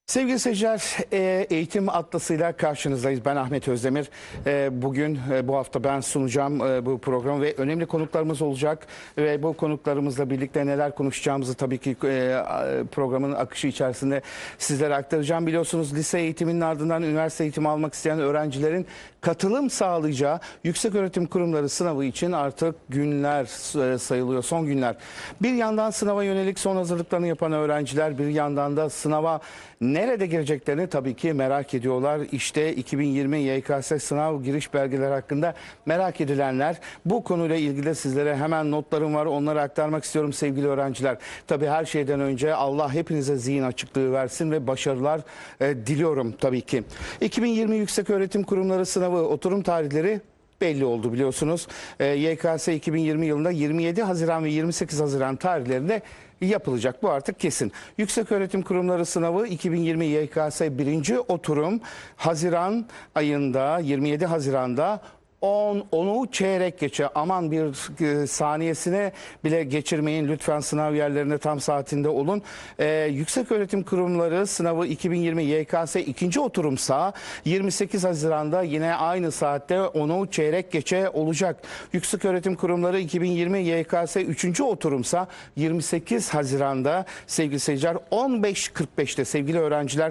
Sevgili seyirciler, Eğitim Atlası'yla karşınızdayız. Ben Ahmet Özdemir. Bugün bu hafta ben sunacağım bu programı ve önemli konuklarımız olacak. Ve bu konuklarımızla birlikte neler konuşacağımızı tabii ki programın akışı içerisinde sizlere aktaracağım. Biliyorsunuz lise eğitiminin ardından üniversite eğitimi almak isteyen öğrencilerin katılım sağlayacağı yükseköğretim kurumları sınavı için artık günler sayılıyor, son günler. Bir yandan sınava yönelik son hazırlıklarını yapan öğrenciler, bir yandan da sınava nerede gireceklerini tabii ki merak ediyorlar. İşte 2020 YKS sınav giriş belgeleri hakkında merak edilenler. Bu konuyla ilgili sizlere hemen notlarım var. Onları aktarmak istiyorum sevgili öğrenciler. Tabii her şeyden önce Allah hepinize zihin açıklığı versin ve başarılar diliyorum tabii ki. 2020 Yükseköğretim Kurumları sınavı oturum tarihleri belli oldu biliyorsunuz. YKS 2020 yılında 27 Haziran ve 28 Haziran tarihlerinde yapılacak. Bu artık kesin. Yükseköğretim Kurumları sınavı 2020 YKS birinci oturum Haziran ayında 27 Haziran'da 10'u çeyrek geçe. Aman bir saniyesine bile geçirmeyin. Lütfen sınav yerlerinde tam saatinde olun. Yükseköğretim Kurumları sınavı 2020 YKS ikinci oturumsa 28 Haziran'da yine aynı saatte 10'u çeyrek geçe olacak. Yükseköğretim Kurumları 2020 YKS üçüncü oturumsa 28 Haziran'da sevgili seyirciler 15.45'te sevgili öğrenciler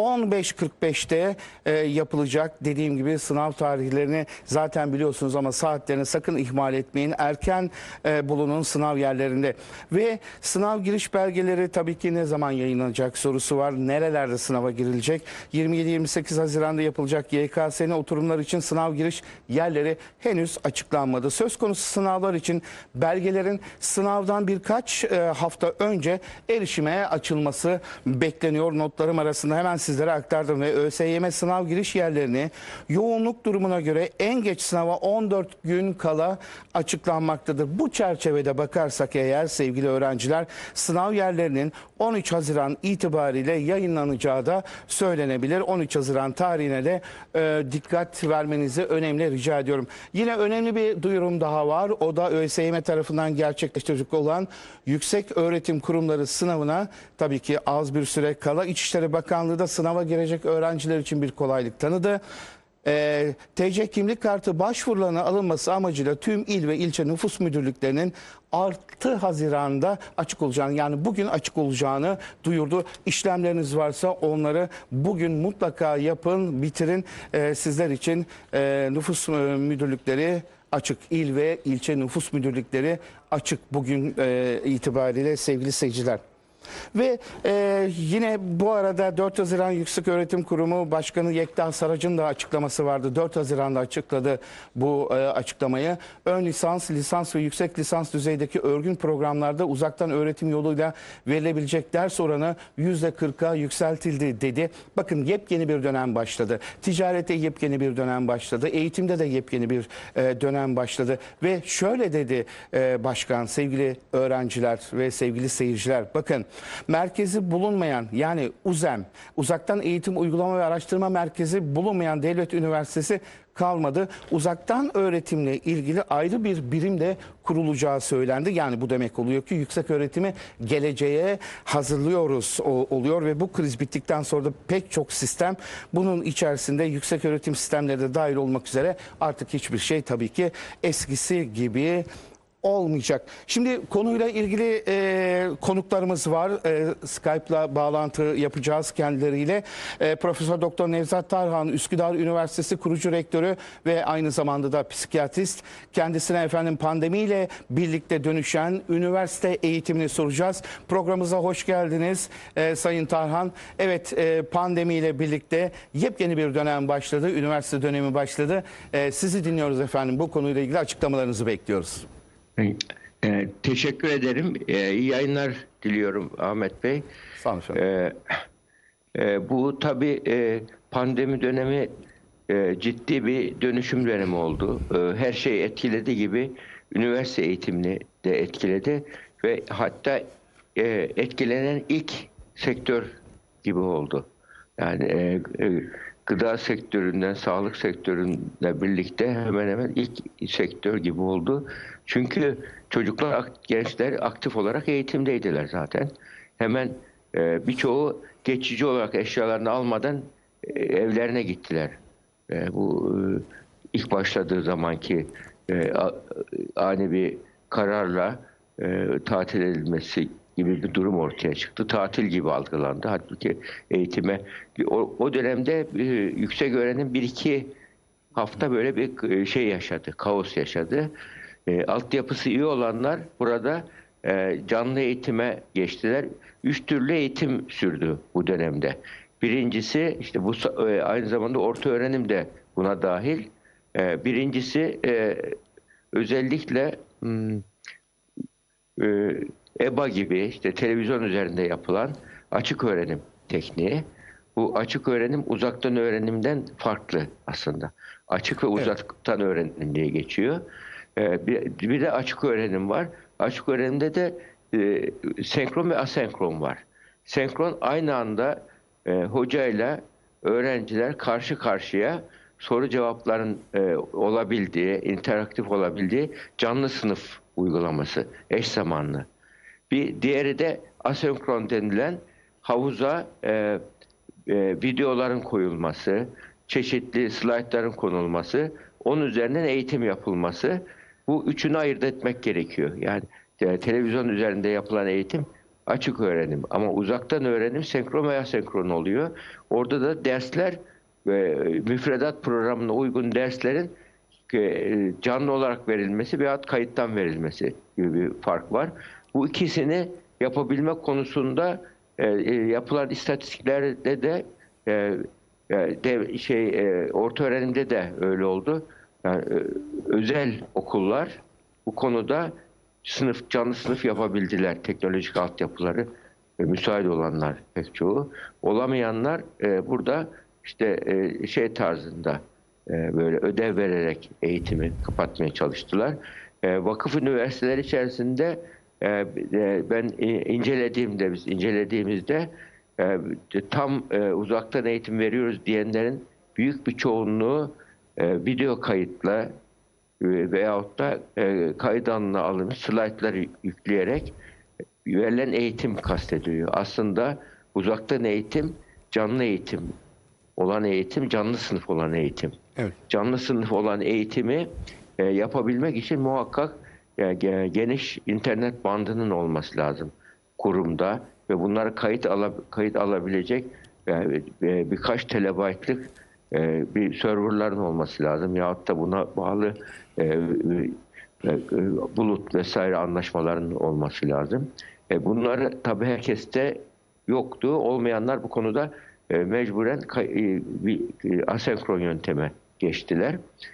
15.45'te yapılacak. Dediğim gibi sınav tarihlerini zaten biliyorsunuz ama saatlerini sakın ihmal etmeyin. Erken bulunun sınav yerlerinde. Ve sınav giriş belgeleri tabii ki ne zaman yayınlanacak sorusu var. Nerelerde sınava girilecek? 27-28 Haziran'da yapılacak YKS'nin oturumlar için sınav giriş yerleri henüz açıklanmadı. Söz konusu sınavlar için belgelerin sınavdan birkaç hafta önce erişime açılması bekleniyor. Notlarım arasında hemen sizlere aktardım ve ÖSYM sınav giriş yerlerini yoğunluk durumuna göre en geç sınava 14 gün kala açıklanmaktadır. Bu çerçevede bakarsak eğer sevgili öğrenciler sınav yerlerinin 13 Haziran itibariyle yayınlanacağı da söylenebilir. 13 Haziran tarihine de dikkat vermenizi önemli rica ediyorum. Yine önemli bir duyurum daha var. O da ÖSYM tarafından gerçekleştirecek olan Yüksek Öğretim Kurumları sınavına tabii ki az bir süre kala İçişleri Bakanlığı da sınava girecek öğrenciler için bir kolaylık tanıdı. TC kimlik kartı başvurularına alınması amacıyla tüm il ve ilçe nüfus müdürlüklerinin 6 Haziran'da açık olacağını, yani bugün açık olacağını duyurdu. İşlemleriniz varsa onları bugün mutlaka yapın, bitirin. Sizler için nüfus müdürlükleri açık, il ve ilçe nüfus müdürlükleri açık bugün itibariyle sevgili seyirciler. Ve yine bu arada 4 Haziran Yükseköğretim Kurumu Başkanı Yekta Sarac'ın da açıklaması vardı. 4 Haziran'da açıkladı bu açıklamayı. Ön lisans, lisans ve yüksek lisans düzeydeki örgün programlarda uzaktan öğretim yoluyla verilebilecek ders oranı %40'a yükseltildi dedi. Bakın yepyeni bir dönem başladı. Ticarette yepyeni bir dönem başladı. Eğitimde de yepyeni bir dönem başladı. Ve şöyle dedi başkan, sevgili öğrenciler ve sevgili seyirciler. Bakın, merkezi bulunmayan, yani UZEM, Uzaktan Eğitim Uygulama ve Araştırma Merkezi bulunmayan devlet üniversitesi kalmadı. Uzaktan öğretimle ilgili ayrı bir birim de kurulacağı söylendi. Yani bu demek oluyor ki yüksek öğretimi geleceğe hazırlıyoruz oluyor ve bu kriz bittikten sonra da pek çok sistem, bunun içerisinde yüksek öğretim sistemleri de dahil olmak üzere, artık hiçbir şey tabii ki eskisi gibi olmayacak. Şimdi konuyla ilgili konuklarımız var. Skype'la bağlantı yapacağız kendileriyle. Profesör Doktor Nevzat Tarhan, Üsküdar Üniversitesi kurucu rektörü ve aynı zamanda da psikiyatrist. Kendisine efendim pandemiyle birlikte dönüşen üniversite eğitimini soracağız. Programımıza hoş geldiniz Sayın Tarhan. Evet, pandemiyle birlikte yepyeni bir dönem başladı. Üniversite dönemi başladı. Sizi dinliyoruz efendim. Bu konuyla ilgili açıklamalarınızı bekliyoruz. Teşekkür ederim. İyi yayınlar diliyorum Ahmet Bey. Sağ olun efendim. Bu tabii pandemi dönemi ciddi bir dönüşüm dönemi oldu. Her şey etkilediği gibi üniversite eğitimini de etkiledi ve hatta etkilenen ilk sektör gibi oldu. Yani gıda sektöründen sağlık sektörünle birlikte hemen hemen ilk sektör gibi oldu. Çünkü çocuklar, gençler aktif olarak eğitimdeydiler zaten. Hemen Birçoğu geçici olarak eşyalarını almadan evlerine gittiler. Bu ilk başladığı zamanki ani bir kararla tatil edilmesi gibi bir durum ortaya çıktı. Tatil gibi algılandı. Halbuki eğitime o dönemde yüksek öğrenim bir iki hafta böyle bir şey yaşadı, kaos yaşadı. Altyapısı iyi olanlar burada canlı eğitime geçtiler. Üç türlü eğitim sürdü bu dönemde. Birincisi işte bu aynı zamanda orta öğrenim de buna dahil. Birincisi özellikle EBA gibi işte televizyon üzerinde yapılan açık öğrenim tekniği. Bu açık öğrenim uzaktan öğrenimden farklı aslında. Açık ve uzaktan öğrenim diye geçiyor. Bir de açık öğrenim var. Açık öğrenimde de senkron ve asenkron var. Senkron aynı anda hocayla öğrenciler karşı karşıya soru cevapların olabildiği, interaktif olabildiği canlı sınıf uygulaması, eş zamanlı. Bir diğeri de asenkron denilen havuza videoların koyulması, çeşitli slaytların konulması, onun üzerinden eğitim yapılması. Bu üçünü ayırt etmek gerekiyor. Yani televizyon üzerinde yapılan eğitim açık öğrenim ama uzaktan öğrenim senkron veya asenkron oluyor. Orada da dersler müfredat programına uygun derslerin canlı olarak verilmesi veyahut kayıttan verilmesi gibi bir fark var. Bu ikisini yapabilme konusunda yapılan istatistiklerde de orta öğrenimde de öyle oldu. Yani, özel okullar bu konuda canlı sınıf yapabildiler. Teknolojik altyapıları müsait olanlar pek çoğu. Olamayanlar burada işte şey tarzında böyle ödev vererek eğitimi kapatmaya çalıştılar. Vakıf üniversiteleri içerisinde ben biz incelediğimizde tam uzaktan eğitim veriyoruz diyenlerin büyük bir çoğunluğu video kayıtla veyahut da kayıt anına alınmış slaytları yükleyerek verilen eğitim kastediliyor. Aslında uzaktan eğitim, canlı eğitim olan eğitim, canlı sınıf olan eğitim. Evet. Canlı sınıf olan eğitimi yapabilmek için muhakkak geniş internet bandının olması lazım kurumda ve bunları kayıt alabilecek birkaç terabaytlık bir serverların olması lazım yahut da buna bağlı bulut vesaire anlaşmaların olması lazım. Bunlar tabii herkeste yoktu. Olmayanlar bu konuda mecburen bir asenkron yönteme geçtiler.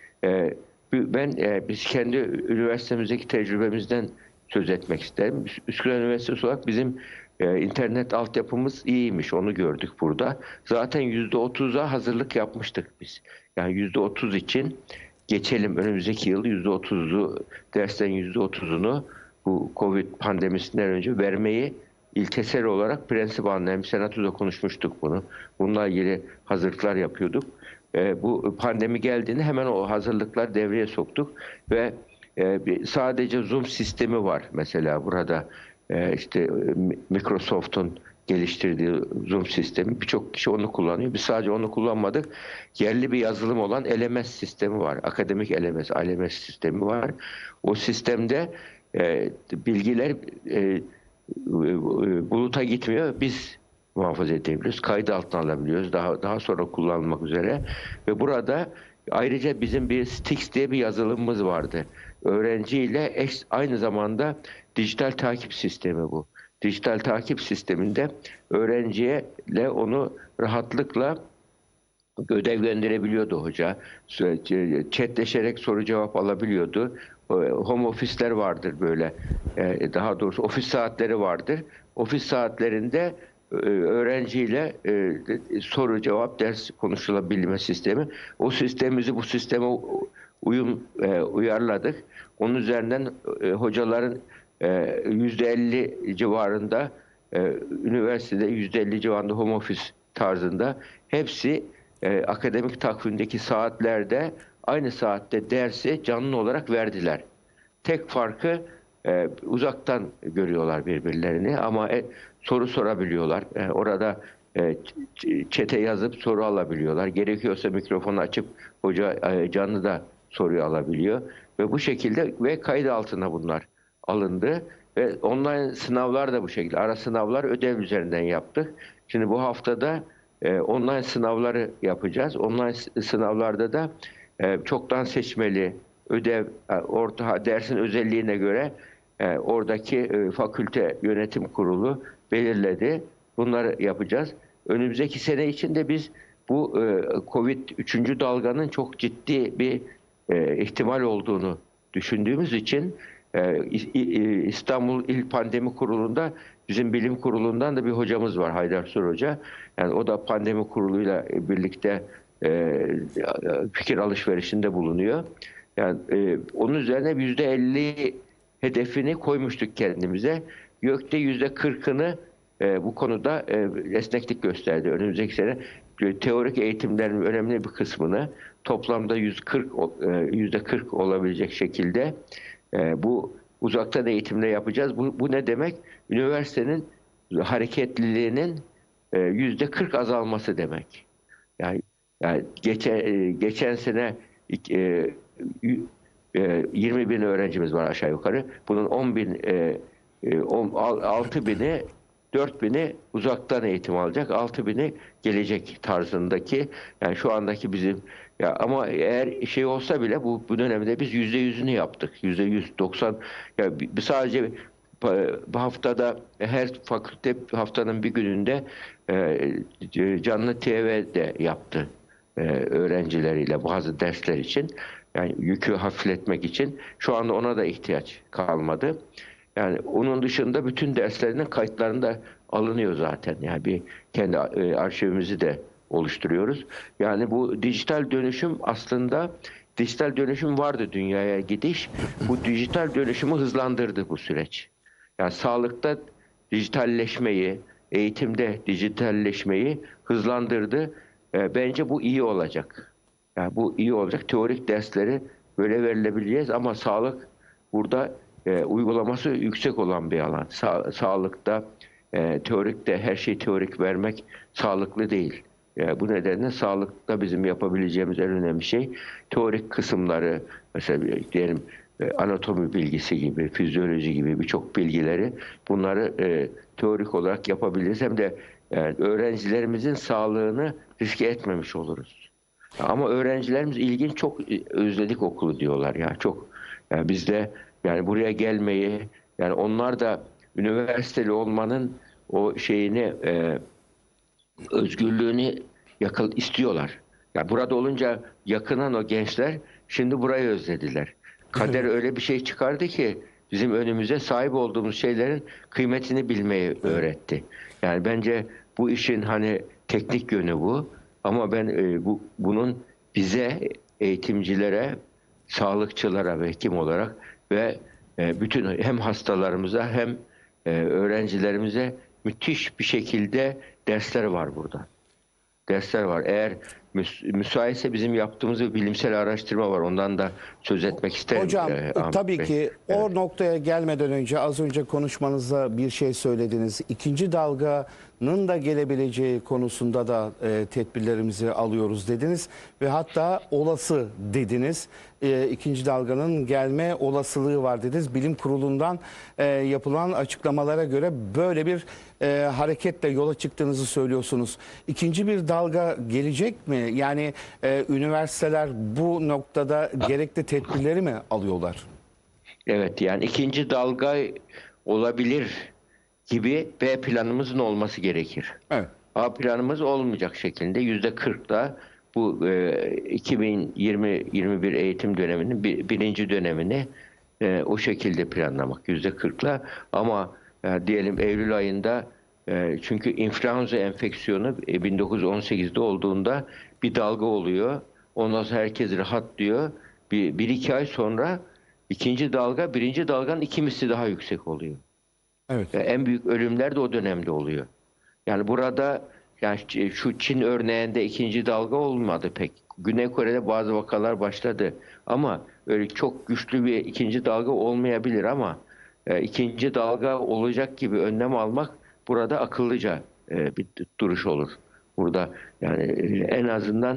Biz kendi üniversitemizdeki tecrübemizden söz etmek isterim. Üsküdar Üniversitesi olarak bizim internet altyapımız iyiymiş. Onu gördük burada. Zaten %30'a hazırlık yapmıştık biz. Yani %30 için geçelim önümüzdeki yıl derslerin %30'unu bu Covid pandemisinden önce vermeyi ilkesel olarak prensip haline senatoda konuşmuştuk bunu. Bununla ilgili hazırlıklar yapıyorduk. Bu pandemi geldiğinde hemen o hazırlıklar devreye soktuk ve sadece Zoom sistemi var mesela burada. İşte Microsoft'un geliştirdiği Zoom sistemi. Birçok kişi onu kullanıyor. Biz sadece onu kullanmadık. Yerli bir yazılım olan LMS sistemi var. Akademik LMS sistemi var. O sistemde bilgiler buluta gitmiyor. Biz muhafaza edebiliyoruz. Kayıt altına alabiliyoruz. Daha sonra kullanılmak üzere. Ve burada ayrıca bizim bir Stix diye bir yazılımımız vardı. Öğrenciyle aynı zamanda dijital takip sistemi bu. Dijital takip sisteminde öğrenciyle onu rahatlıkla ödev gönderebiliyordu hoca. Chatleşerek soru cevap alabiliyordu. Home ofisler vardır böyle. Daha doğrusu ofis saatleri vardır. Ofis saatlerinde öğrenciyle soru cevap ders konuşulabilme sistemi. O sistemimizi bu sisteme uyarladık. Onun üzerinden hocaların %50 civarında üniversitede %50 civarında home office tarzında hepsi akademik takvimdeki saatlerde aynı saatte dersi canlı olarak verdiler. Tek farkı uzaktan görüyorlar birbirlerini ama soru sorabiliyorlar. Orada çete yazıp soru alabiliyorlar. Gerekiyorsa mikrofonu açıp hoca canlı da soruyu alabiliyor. Ve bu şekilde ve kayıt altına bunlar alındı. Ve online sınavlar da bu şekilde. Ara sınavlar ödev üzerinden yaptık. Şimdi bu haftada online sınavları yapacağız. Online sınavlarda da çoktan seçmeli ödev, orta dersin özelliğine göre oradaki fakülte yönetim kurulu belirledi. Bunları yapacağız. Önümüzdeki sene içinde biz bu Covid 3. dalganın çok ciddi bir ihtimal olduğunu düşündüğümüz için İstanbul İl Pandemi Kurulu'nda bizim bilim kurulundan da bir hocamız var, Haydar Sür Hoca. Yani o da pandemi kuruluyla birlikte fikir alışverişinde bulunuyor. Yani onun üzerine %50 hedefini koymuştuk kendimize. YÖK'te %40'ını bu konuda esneklik gösterdi. Önümüzdeki sene teorik eğitimlerin önemli bir kısmını toplamda %40 olabilecek şekilde bu uzaktan eğitimle yapacağız. Bu ne demek? Üniversitenin hareketliliğinin %40 azalması demek. Yani geçen sene 20 bin öğrencimiz var aşağı yukarı. Bunun 10 bin, 6 bini, 4 bini uzaktan eğitim alacak. 6 bini gelecek tarzındaki. Yani şu andaki bizim ama eğer şey olsa bile bu dönemde biz %100'ünü yaptık. %190. Yani sadece bu haftada her fakülte haftanın bir gününde canlı TV'de yaptı öğrencileriyle bazı dersler için. Yani yükü hafifletmek için şu anda ona da ihtiyaç kalmadı. Yani onun dışında bütün derslerinin kayıtlarında alınıyor zaten. Yani bir kendi arşivimizi de oluşturuyoruz. Yani bu dijital dönüşüm aslında dijital dönüşüm vardı dünyaya gidiş. Bu dijital dönüşümü hızlandırdı bu süreç. Yani sağlıkta dijitalleşmeyi, eğitimde dijitalleşmeyi hızlandırdı. Bence bu iyi olacak. Yani bu iyi olacak. Teorik dersleri böyle verilebileceğiz ama sağlık burada uygulaması yüksek olan bir alan. Sağlıkta teorikte her şeyi teorik vermek sağlıklı değil. Bu nedenle sağlıkta bizim yapabileceğimiz en önemli şey teorik kısımları, mesela diyelim anatomi bilgisi gibi, fizyoloji gibi birçok bilgileri bunları teorik olarak yapabiliriz. Hem de öğrencilerimizin sağlığını riske etmemiş oluruz. Ama öğrencilerimiz ilginç, çok özledik okulu diyorlar ya, çok. Yani biz de yani buraya gelmeyi, yani onlar da üniversiteli olmanın o şeyini özgürlüğünü istiyorlar. Ya burada olunca yakınan o gençler şimdi burayı özlediler. Kader öyle bir şey çıkardı ki bizim önümüze sahip olduğumuz şeylerin kıymetini bilmeyi öğretti. Yani bence bu işin hani teknik yönü bu. Ama ben bunun bize, eğitimcilere, sağlıkçılara ve hekim olarak ve bütün hem hastalarımıza hem öğrencilerimize müthiş bir şekilde dersler var burada. Dersler var. Eğer müsaitse bizim yaptığımız bir bilimsel araştırma var. Ondan da söz etmek isterim. Hocam tabii Bey. ki o noktaya gelmeden önce az önce konuşmanızda bir şey söylediniz. İkinci dalganın da gelebileceği konusunda da tedbirlerimizi alıyoruz dediniz ve hatta olası dediniz. İkinci dalganın gelme olasılığı var dediniz. Bilim kurulundan yapılan açıklamalara göre böyle bir hareketle yola çıktığınızı söylüyorsunuz. İkinci bir dalga gelecek mi? Yani üniversiteler bu noktada gerekli tedbirleri mi alıyorlar? Evet, yani ikinci dalga olabilir gibi B planımızın olması gerekir. Evet. A planımız olmayacak şekilde %40'la bu 2020-21 eğitim döneminin birinci dönemini o şekilde planlamak %40'la, ama diyelim Eylül ayında çünkü influenza enfeksiyonu 1918'de olduğunda bir dalga oluyor. Ondan sonra herkes rahat diyor. Bir iki ay sonra ikinci dalga birinci dalganın 2 misli daha yüksek oluyor. Evet. En büyük ölümler de o dönemde oluyor. Yani burada yani şu Çin örneğinde ikinci dalga olmadı pek. Güney Kore'de bazı vakalar başladı. Ama öyle çok güçlü bir ikinci dalga olmayabilir, ama ikinci dalga olacak gibi önlem almak burada akıllıca bir duruş olur. Burada yani en azından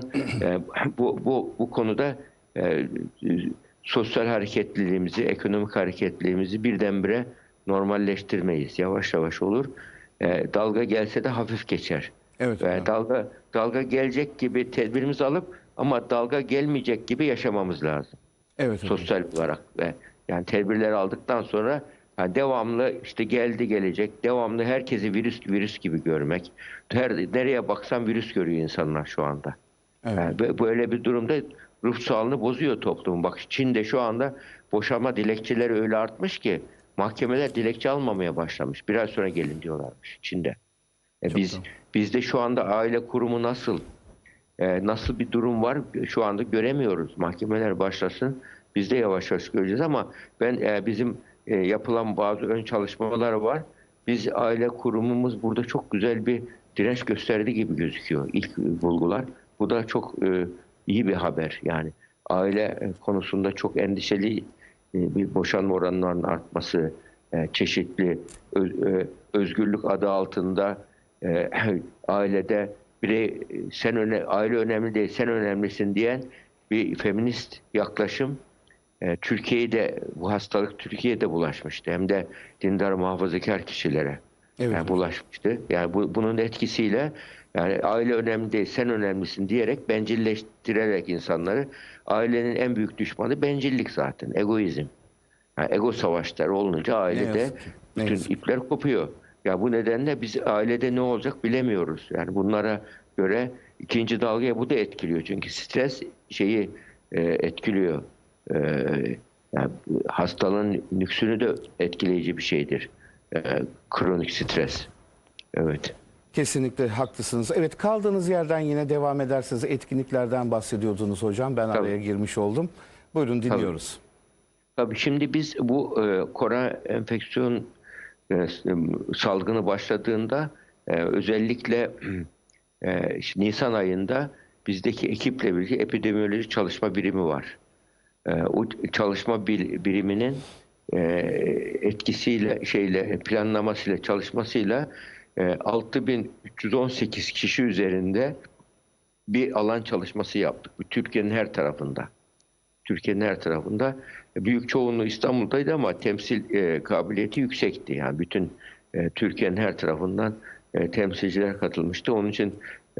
bu konuda e, sosyal hareketliliğimizi, ekonomik hareketliliğimizi birdenbire normalleştirmeyiz. Yavaş yavaş olur. Dalga gelse de hafif geçer. Evet Ve hocam. dalga gelecek gibi tedbirimizi alıp ama dalga gelmeyecek gibi yaşamamız lazım. Evet hocam. Sosyal olarak ve yani tedbirleri aldıktan sonra devamlı işte geldi gelecek, devamlı herkesi virüs gibi görmek. Nereye baksan virüs görüyor insanlar şu anda. Evet. Yani böyle bir durumda ruh sağlığını bozuyor toplumun. Bak Çin'de şu anda boşanma dilekçeleri öyle artmış ki mahkemeler dilekçe almamaya başlamış. Biraz sonra gelin diyorlarmış Çin'de. Çok doğru. Bizde şu anda aile kurumu nasıl bir durum var şu anda göremiyoruz. Mahkemeler başlasın. Biz de yavaş yavaş göreceğiz ama bizim yapılan bazı ön çalışmalar var. Biz aile kurumumuz burada çok güzel bir direnç gösterdi gibi gözüküyor ilk bulgular. Bu da çok iyi bir haber. Yani aile konusunda çok endişeli bir boşanma oranlarının artması, çeşitli özgürlük adı altında ailede aile önemli değil sen önemlisin diyen bir feminist yaklaşım Türkiye'de bu hastalık Türkiye'de bulaşmıştı. Hem de dindar muhafazakar kişilere Evet. bulaşmıştı. Yani bunun etkisiyle yani aile önemli değil sen önemlisin diyerek bencilleştirerek insanları ailenin en büyük düşmanı bencillik zaten egoizm. Yani ego savaşları olunca Ne ailede yazık ki. Ne bütün yazık ki. ipler kopuyor. Ya bu nedenle biz ailede ne olacak bilemiyoruz. Yani bunlara göre ikinci dalgaya bu da etkiliyor. Çünkü stres etkiliyor. E, Yani hastalığın nüksünü de etkileyici bir şeydir. Kronik stres. Evet. Kesinlikle haklısınız. Evet, kaldığınız yerden yine devam ederseniz etkinliklerden bahsediyordunuz hocam. Ben Tabii. araya girmiş oldum. Buyurun Tabii. dinliyoruz. Tabii şimdi biz bu korona enfeksiyon salgını başladığında özellikle işte Nisan ayında bizdeki ekiple birlikte epidemioloji çalışma birimi var. O çalışma biriminin e, etkisiyle planlamasıyla çalışmasıyla 6318 kişi üzerinde bir alan çalışması yaptık. Türkiye'nin her tarafında. Türkiye'nin her tarafında. Büyük çoğunluğu İstanbul'daydı ama temsil kabiliyeti yüksekti. Yani bütün Türkiye'nin her tarafından temsilciler katılmıştı. Onun için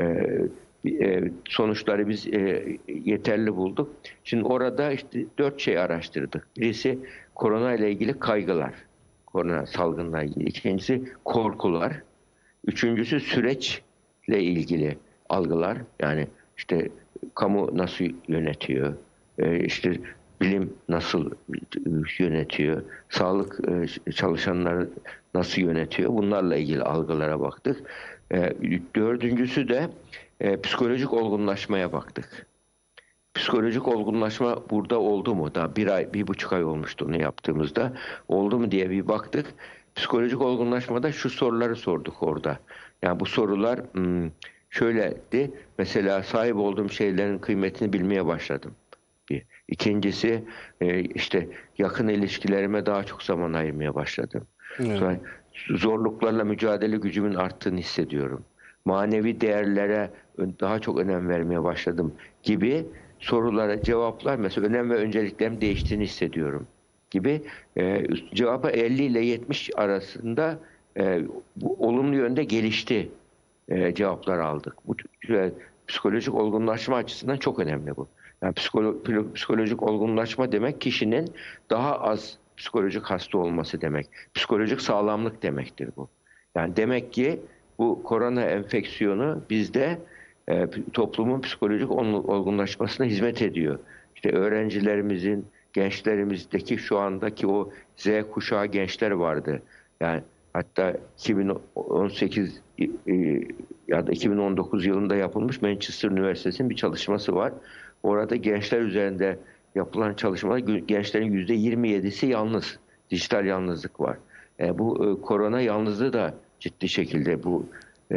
sonuçları biz yeterli bulduk. Şimdi orada işte 4 şey araştırdık. Birisi korona ile ilgili kaygılar. Korona salgınla ilgili. İkincisi korkular. Üçüncüsü süreçle ilgili algılar. Yani işte kamu nasıl yönetiyor? İşte bilim nasıl yönetiyor? Sağlık çalışanları nasıl yönetiyor? Bunlarla ilgili algılara baktık. Dördüncüsü de psikolojik olgunlaşmaya baktık. Psikolojik olgunlaşma burada oldu mu? Daha 1 ay, 1,5 ay olmuştu onu yaptığımızda. Oldu mu diye bir baktık. Psikolojik olgunlaşmada şu soruları sorduk orada. Yani bu sorular şöyleydi. Mesela sahip olduğum şeylerin kıymetini bilmeye başladım. Bir. İkincisi işte yakın ilişkilerime daha çok zaman ayırmaya başladım. Evet. Sonra zorluklarla mücadele gücümün arttığını hissediyorum. Manevi değerlere daha çok önem vermeye başladım gibi sorulara cevaplar mesela önem ve önceliklerim değiştiğini hissediyorum gibi cevaba 50 ile 70 arasında bu olumlu yönde gelişti cevaplar aldık. Bu psikolojik olgunlaşma açısından çok önemli bu. Yani psikolojik olgunlaşma demek kişinin daha az psikolojik hasta olması demek. Psikolojik sağlamlık demektir bu. Yani demek ki bu korona enfeksiyonu bizde toplumun psikolojik olgunlaşmasına hizmet ediyor. İşte öğrencilerimizin, gençlerimizdeki şu andaki o Z kuşağı gençler vardı. Yani hatta 2018 ya da 2019 yılında yapılmış Manchester Üniversitesi'nin bir çalışması var. Orada gençler üzerinde yapılan çalışmada gençlerin %27'si yalnız. Dijital yalnızlık var. Bu korona yalnızlığı da ciddi şekilde bu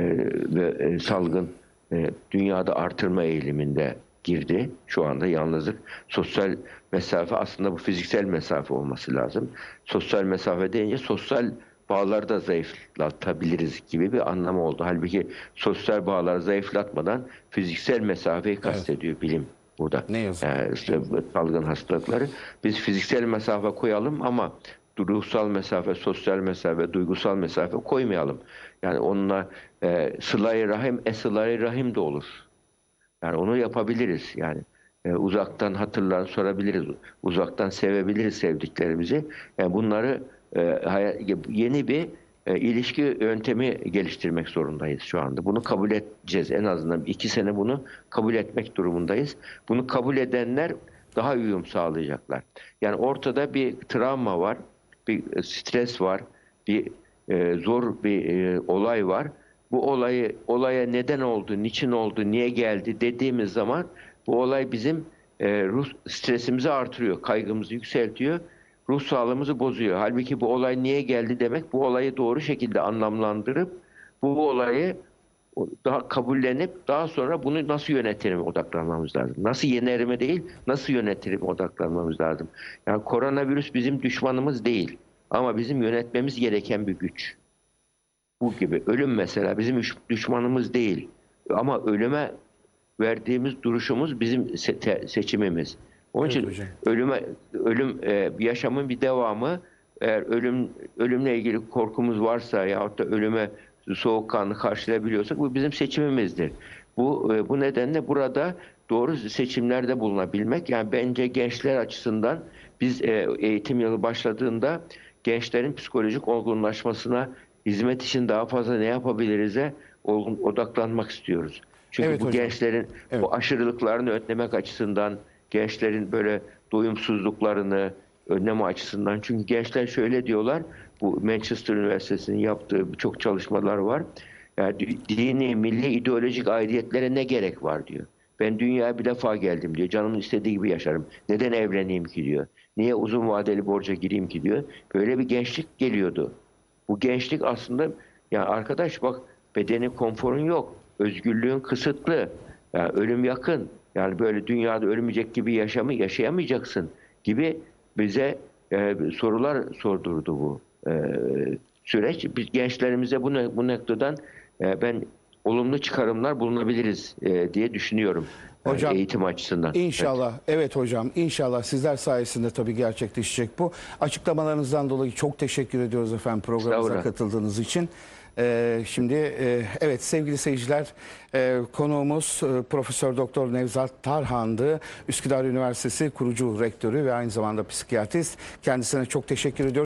salgın dünyada artırma eğiliminde girdi. Şu anda yalnızlık, sosyal mesafe aslında bu fiziksel mesafe olması lazım. Sosyal mesafe deyince sosyal bağları da zayıflatabiliriz gibi bir anlamı oldu. Halbuki sosyal bağları zayıflatmadan fiziksel mesafeyi kastediyor bilim burada. Ne yazık. Yani işte salgın hastalıkları. Biz fiziksel mesafe koyalım ama ruhsal mesafe, sosyal mesafe, duygusal mesafe koymayalım. Yani onunla sıla-i rahim, sıla-i rahim de olur. Yani onu yapabiliriz. Yani uzaktan hatırlar sorabiliriz. Uzaktan sevebiliriz sevdiklerimizi. Yani bunları yeni bir ilişki yöntemi geliştirmek zorundayız şu anda. Bunu kabul edeceğiz. En azından 2 sene bunu kabul etmek durumundayız. Bunu kabul edenler daha uyum sağlayacaklar. Yani ortada bir travma var, bir stres var, bir zor bir olay var. Bu olaya neden oldu, niçin oldu, niye geldi dediğimiz zaman bu olay bizim ruh stresimizi artırıyor, kaygımızı yükseltiyor, ruh sağlığımızı bozuyor. Halbuki bu olay niye geldi demek, bu olayı doğru şekilde anlamlandırıp bu olayı daha kabullenip daha sonra bunu nasıl yönetirim odaklanmamız lazım. Nasıl yenerime değil, nasıl yönetirim odaklanmamız lazım. Yani koronavirüs bizim düşmanımız değil ama bizim yönetmemiz gereken bir güç. Bu gibi. Ölüm mesela bizim düşmanımız değil. Ama ölüme verdiğimiz duruşumuz bizim seçimimiz. Onun Evet için hocam. ölüm yaşamın bir devamı. Eğer ölümle ilgili korkumuz varsa yahut da ölüme soğukkanlı karşılayabiliyorsak bu bizim seçimimizdir. Bu nedenle burada doğru seçimlerde bulunabilmek, yani bence gençler açısından biz eğitim yılı başladığında gençlerin psikolojik olgunlaşmasına hizmet için daha fazla ne yapabiliriz'e odaklanmak istiyoruz. Çünkü Evet bu hocam. gençlerin Evet. bu aşırılıklarını önlemek açısından, gençlerin böyle doyumsuzluklarını önleme açısından. Çünkü gençler şöyle diyorlar, bu Manchester Üniversitesi'nin yaptığı birçok çalışmalar var. Yani dini, milli, ideolojik aidiyetlere ne gerek var diyor. Ben dünyaya bir defa geldim diyor. Canımın istediği gibi yaşarım. Neden evleneyim ki diyor. Niye uzun vadeli borca gireyim ki diyor. Böyle bir gençlik geliyordu. Bu gençlik aslında, ya arkadaş bak, bedenin konforun yok. Özgürlüğün kısıtlı. Yani ölüm yakın. Yani böyle dünyada ölmeyecek gibi yaşamı yaşayamayacaksın gibi bize sorular sordurdu bu süreç. Biz gençlerimize bu noktadan ben olumlu çıkarımlar bulunabiliriz diye düşünüyorum. Hocam, Eğitim açısından. İnşallah. Evet hocam. İnşallah sizler sayesinde tabii gerçekleşecek bu. Açıklamalarınızdan dolayı çok teşekkür ediyoruz efendim programımıza Estağfurullah. katıldığınız için. Şimdi evet sevgili seyirciler, konuğumuz Profesör Doktor Nevzat Tarhan'dı. Üsküdar Üniversitesi kurucu rektörü ve aynı zamanda psikiyatrist. Kendisine çok teşekkür ediyoruz.